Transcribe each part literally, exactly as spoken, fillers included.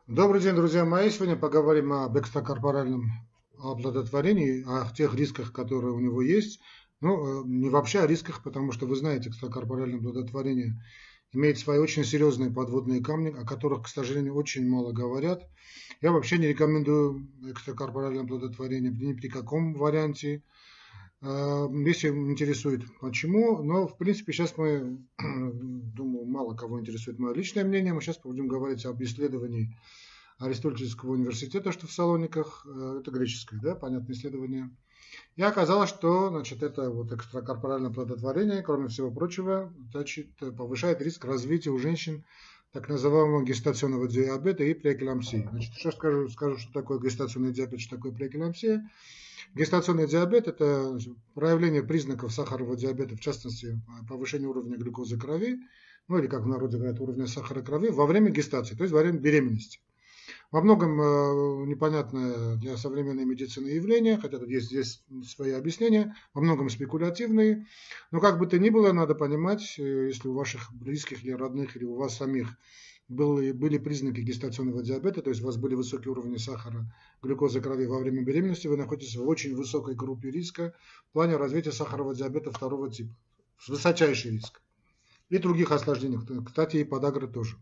Добрый день, друзья мои. Сегодня поговорим об экстракорпоральном оплодотворении, о тех рисках, которые у него есть. Ну, э, не вообще о рисках, потому что вы знаете, экстракорпоральное оплодотворение имеет свои очень серьезные подводные камни, о которых, к сожалению, очень мало говорят. Я вообще не рекомендую экстракорпоральное оплодотворение ни при каком варианте. Э, Если интересует почему, но в принципе сейчас мы, думаю, мало кого интересует мое личное мнение. Мы сейчас будем говорить об исследовании Аристотельского университета, что в Салониках, э, это греческое, да, понятное исследование. И оказалось, что, значит, это вот экстракорпоральное плодотворение, кроме всего прочего, значит, повышает риск развития у женщин так называемого гестационного диабета и преэклампсии. Значит, что скажу, скажу, что такое гестационный диабет, что такое преэклампсия. Гестационный диабет – это, значит, проявление признаков сахарного диабета, в частности, повышение уровня глюкозы крови, ну или, как в народе говорят, уровня сахара крови во время гестации, то есть во время беременности. Во многом э, непонятное для современной медицины явление, хотя тут есть здесь свои объяснения, во многом спекулятивные. Но как бы то ни было, надо понимать, э, если у ваших близких или родных, или у вас самих были, были признаки гестационного диабета, то есть у вас были высокие уровни сахара, глюкозы крови во время беременности, вы находитесь в очень высокой группе риска в плане развития сахарного диабета второго типа. Высочайший риск. И других осложнений, кстати, и подагры тоже.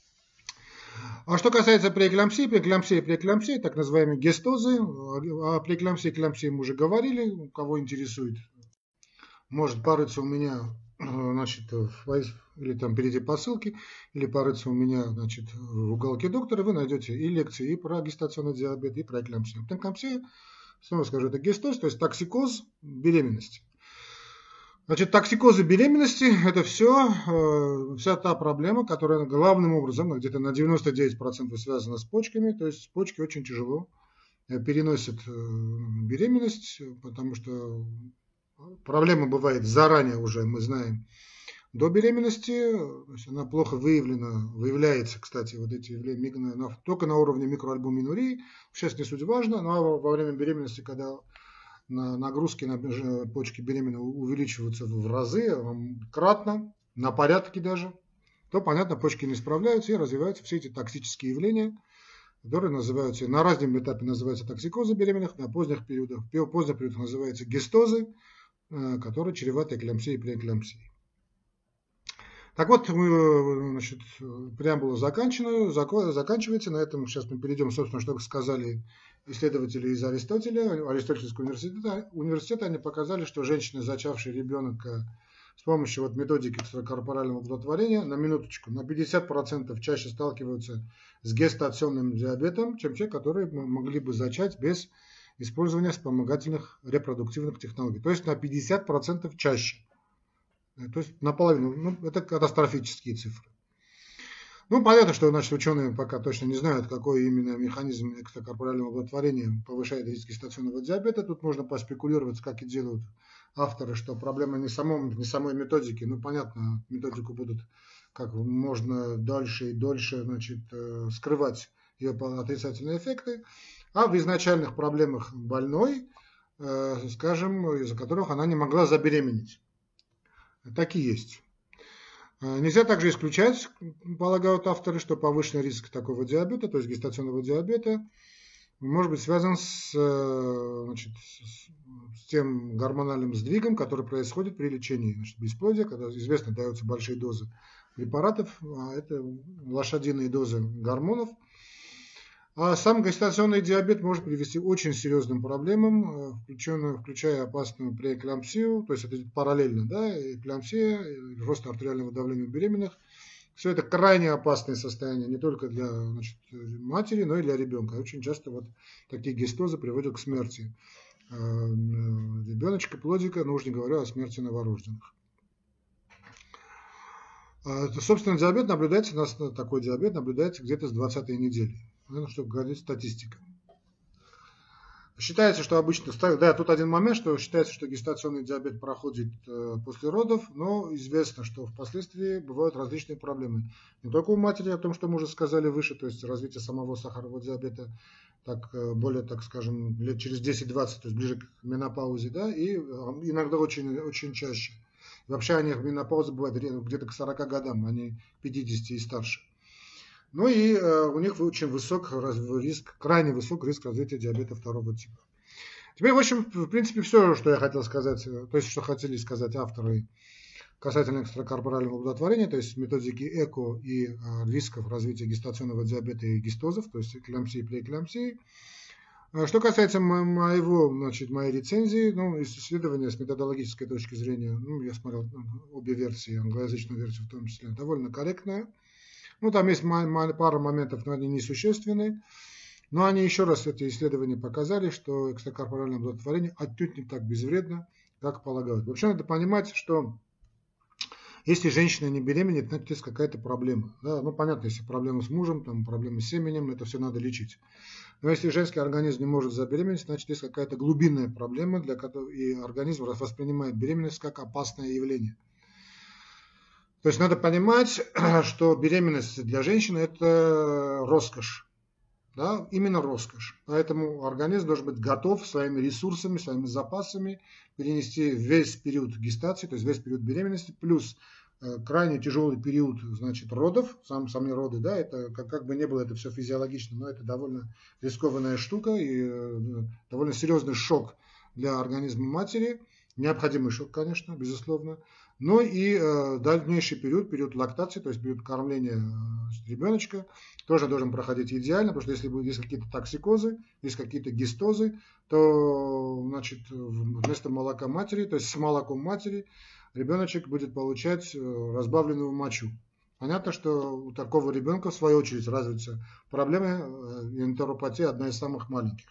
А что касается преэклампсии, преэклампсия, преэклампсия, так называемые гестозы, о преэклампсии, эклампсии мы уже говорили, у кого интересует, может порыться у меня, значит, в, или там перейти по ссылке, или порыться у меня, значит, в уголке доктора, вы найдете и лекции и про гестационный диабет, и про эклампсию. Преэклампсия, снова скажу, это гестоз, то есть токсикоз беременности. Значит, токсикозы беременности – это все, э, вся та проблема, которая главным образом, где-то на девяносто девять процентов связана с почками. То есть почки очень тяжело переносят беременность, потому что проблема бывает заранее уже, мы знаем, до беременности. То есть она плохо выявлена, выявляется, кстати, вот эти явления только на уровне микроальбуминурии. Сейчас не суть важно, но во время беременности, когда нагрузки на почки беременного увеличиваются в разы, кратно, на порядке даже, то, понятно, почки не справляются и развиваются все эти токсические явления, которые называются, на раннем этапе называются токсикозы беременных, на поздних периодах, в поздних периодах называются гестозы, которые чреваты эклампсией и преэклампсией. Так вот, мы, значит, преамбула заканчена, заканчивается. На этом сейчас мы перейдем, собственно, что сказали исследователи из Аристотеля, Аристотельского университета. университета. Они показали, что женщины, зачавшие ребенка с помощью вот методики экстракорпорального оплодотворения, на минуточку, на пятьдесят процентов чаще сталкиваются с гестационным диабетом, чем те, которые могли бы зачать без использования вспомогательных репродуктивных технологий. То есть на пятьдесят процентов чаще. То есть наполовину. Ну, это катастрофические цифры. Ну, понятно, что, значит, ученые пока точно не знают, какой именно механизм экстракорпорального оплодотворения повышает риск гестационного диабета. Тут можно поспекулировать, как и делают авторы, что проблема не, самом, не самой методики. Ну, понятно, методику будут как можно дальше и дольше, значит, скрывать ее отрицательные эффекты, а в изначальных проблемах больной, скажем, из-за которых она не могла забеременеть. Так и есть. Нельзя также исключать, полагают авторы, что повышенный риск такого диабета, то есть гестационного диабета, может быть связан с, значит, с тем гормональным сдвигом, который происходит при лечении, значит, бесплодия, когда известно даются большие дозы препаратов, а это лошадиные дозы гормонов. А сам гестационный диабет может привести к очень серьезным проблемам, включая опасную преэклампсию, то есть это параллельно, да, эклампсия, рост артериального давления у беременных. Все это крайне опасное состояние не только для, значит, матери, но и для ребенка. Очень часто вот такие гестозы приводят к смерти ребеночка, плодика, но уж не говоря о смерти новорожденных. Собственно, диабет наблюдается, у нас такой диабет наблюдается где-то с двадцатой недели. Ну, что говорит статистика. Считается, что обычно, да, тут один момент, что считается, что гестационный диабет проходит э, после родов, но известно, что впоследствии бывают различные проблемы. Не только у матери, о том, что мы уже сказали выше, то есть развитие самого сахарного диабета, так, более, так скажем, лет через десять-двадцать, то есть ближе к менопаузе, да, и иногда очень, очень чаще. Вообще они менопауза бывает где-то к сорока годам, а не пятидесяти и старше. Ну и э, у них очень высок риск, крайне высок риск развития диабета второго типа. Теперь, в общем, в принципе, все, что я хотел сказать, то есть, что хотели сказать авторы касательно экстракорпорального оплодотворения, то есть методики ЭКО и э, рисков развития гестационного диабета и гистозов, то есть эклампсии и преэклампсии. Что касается моего, значит, моей рецензии, ну, исследование с методологической точки зрения, ну, я смотрел обе версии, англоязычную версию в том числе, довольно корректная. Ну, там есть пара моментов, но они несущественны. Но они еще раз, эти исследования показали, что экстракорпоральное оплодотворение отнюдь не так безвредно, как полагают. Вообще надо понимать, что если женщина не беременеет, значит, есть какая-то проблема. Да? Ну, понятно, если проблемы с мужем, там, проблемы с семенем, это все надо лечить. Но если женский организм не может забеременеть, значит, есть какая-то глубинная проблема, для которой и организм воспринимает беременность как опасное явление. То есть надо понимать, что беременность для женщины – это роскошь. Да, именно роскошь. Поэтому организм должен быть готов своими ресурсами, своими запасами перенести весь период гестации, то есть весь период беременности, плюс э, крайне тяжелый период, значит, родов, сам, сами роды, да, это как, как бы не было это все физиологично, но это довольно рискованная штука и э, довольно серьезный шок для организма матери, необходимый шок, конечно, безусловно. Ну и э, дальнейший период, период лактации, то есть период кормления э, ребеночка, тоже должен проходить идеально, потому что если будут есть какие-то токсикозы, есть какие-то гистозы, то, значит, вместо молока матери, то есть с молоком матери, ребеночек будет получать э, разбавленную мочу. Понятно, что у такого ребенка, в свою очередь, развится проблема э, энтеропатии, одна из самых маленьких.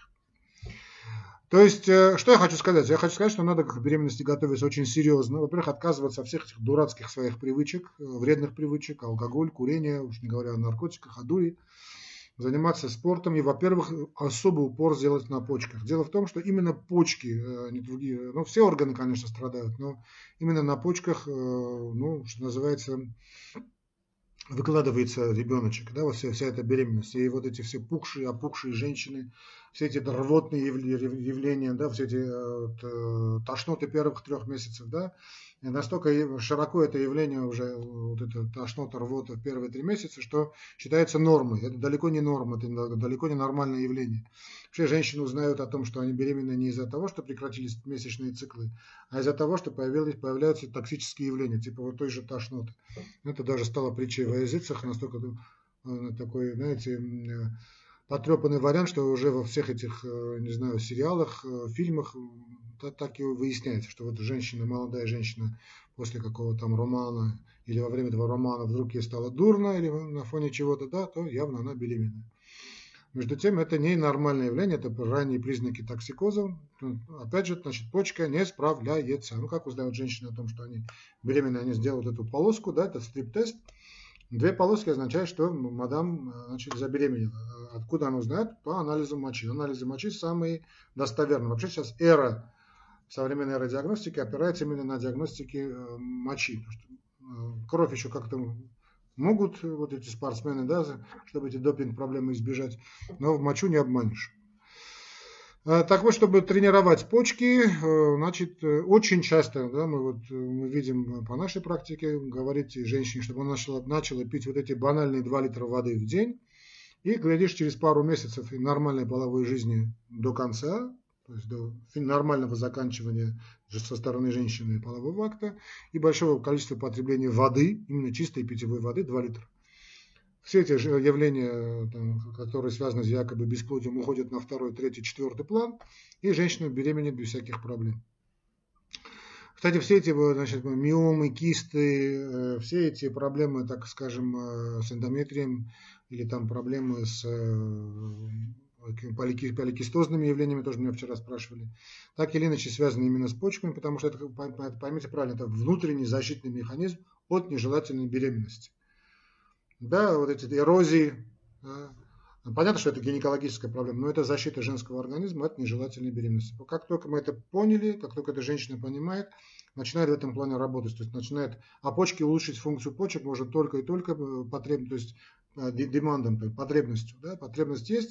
То есть, что я хочу сказать? Я хочу сказать, что надо к беременности готовиться очень серьезно. Во-первых, отказываться от всех этих дурацких своих привычек, вредных привычек, алкоголь, курение, уж не говоря о наркотиках, о дуре. Заниматься спортом и, во-первых, особый упор сделать на почках. Дело в том, что именно почки, не другие, ну, все органы, конечно, страдают, но именно на почках, ну, что называется, выкладывается ребеночек, да, вот вся, вся эта беременность, и вот эти все пухшие, опухшие женщины, все эти рвотные явления, да, все эти э, тошноты первых трех месяцев, да, и настолько широко это явление уже, вот это тошнота, рвота в первые три месяца, что считается нормой. Это далеко не норма, это далеко не нормальное явление. Вообще женщины узнают о том, что они беременны не из-за того, что прекратились месячные циклы, а из-за того, что появились, появляются токсические явления, типа вот той же тошноты. Это даже стало притчей во языцах, настолько такой, знаете, потрепанный вариант, что уже во всех этих, не знаю, сериалах, фильмах так и выясняется, что вот женщина, молодая женщина после какого-то там романа или во время этого романа вдруг ей стало дурно или на фоне чего-то, да, то явно она беременна. Между тем, это не нормальное явление, это ранние признаки токсикоза. Опять же, значит, почка не справляется. Ну, как узнают женщины о том, что они беременны, они сделают эту полоску, да, это стрип-тест. Две полоски означают, что мадам, значит, забеременела. Откуда она узнает? По анализу мочи. Анализы мочи самые достоверные. Вообще сейчас эра современной аэродиагностики опирается именно на диагностике мочи. Потому что кровь еще как-то могут вот эти спортсмены, да, чтобы эти допинг-проблемы избежать, но в мочу не обманешь. Так вот, чтобы тренировать почки, значит, очень часто, да, мы, вот, мы видим по нашей практике, говорить женщине, чтобы она начала, начала пить вот эти банальные два литра воды в день, и, глядишь, через пару месяцев нормальной половой жизни до конца, то есть до нормального заканчивания со стороны женщины полового акта и большого количества потребления воды, именно чистой питьевой воды, два литра. Все эти же явления, там, которые связаны с якобы бесплодием, уходят на второй, третий, четвертый план, и женщина беременеет без всяких проблем. Кстати, все эти, значит, миомы, кисты, все эти проблемы, так скажем, с эндометрием или там проблемы с поликистозными явлениями, тоже меня вчера спрашивали, так или иначе связаны именно с почками, потому что это, поймите правильно, это внутренний защитный механизм от нежелательной беременности. Да, вот эти эрозии, да. Понятно, что это гинекологическая проблема, но это защита женского организма от нежелательной беременности. Как только мы это поняли, как только эта женщина понимает, начинает в этом плане работать, то есть начинает, а почки улучшить функцию почек может только и только потреб, то есть демандом, потребностью, да, потребность есть,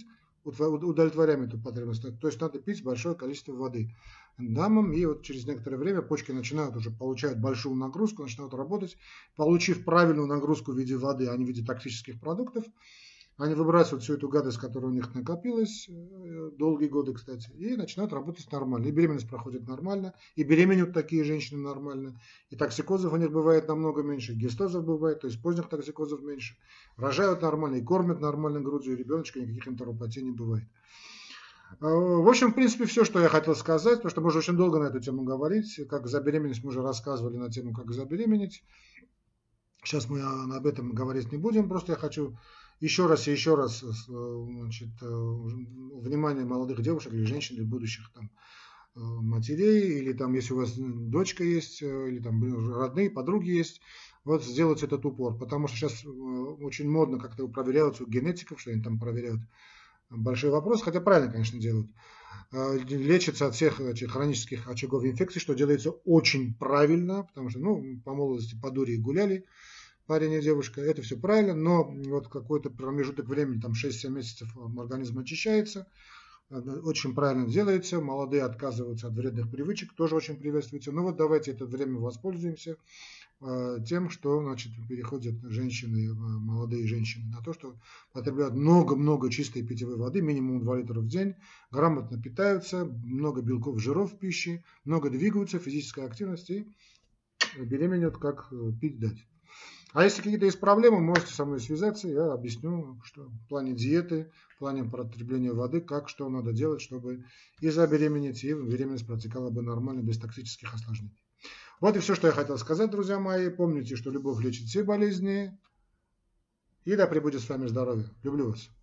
удовлетворяем эту потребность. То есть надо пить большое количество воды дамам, и вот через некоторое время почки начинают уже получать большую нагрузку, начинают работать. Получив правильную нагрузку в виде воды, а не в виде токсических продуктов, они выбрасывают всю эту гадость, которая у них накопилась, долгие годы, кстати, и начинают работать нормально. И беременность проходит нормально, и беременеют такие женщины нормально, и токсикозов у них бывает намного меньше, гистозов бывает, то есть поздних токсикозов меньше, рожают нормально, и кормят нормально грудью, и ребеночка, никаких энтеропатий не бывает. В общем, в принципе, все, что я хотел сказать, потому что можно очень долго на эту тему говорить, как забеременеть, мы уже рассказывали на тему, как забеременеть. Сейчас мы об этом говорить не будем, просто я хочу еще раз и еще раз, значит, внимание молодых девушек или женщин, или будущих там матерей, или там, если у вас дочка есть, или там родные, подруги есть, вот сделать этот упор, потому что сейчас очень модно как-то проверяются у генетиков, что они там проверяют. Большой вопрос, хотя правильно, конечно, делают. Лечится от всех этих хронических очагов инфекций, что делается очень правильно, потому что, ну, по молодости, по дуре гуляли, парень и девушка, это все правильно, но вот какой-то промежуток времени, там шесть-семь месяцев, организм очищается, очень правильно делается, молодые отказываются от вредных привычек, тоже очень приветствуется. Но вот давайте это время воспользуемся тем, что, значит, переходят женщины, молодые женщины на то, что потребляют много-много чистой питьевой воды, минимум два литра в день, грамотно питаются, много белков, жиров в пище, много двигаются, физической активности и беременеют, как пить дать. А если какие-то есть проблемы, можете со мной связаться, я объясню, что в плане диеты, в плане потребления воды, как, что надо делать, чтобы и забеременеть, и беременность протекала бы нормально, без токсических осложнений. Вот и все, что я хотел сказать, друзья мои. Помните, что любовь лечит все болезни. И да пребудет с вами здоровье. Люблю вас.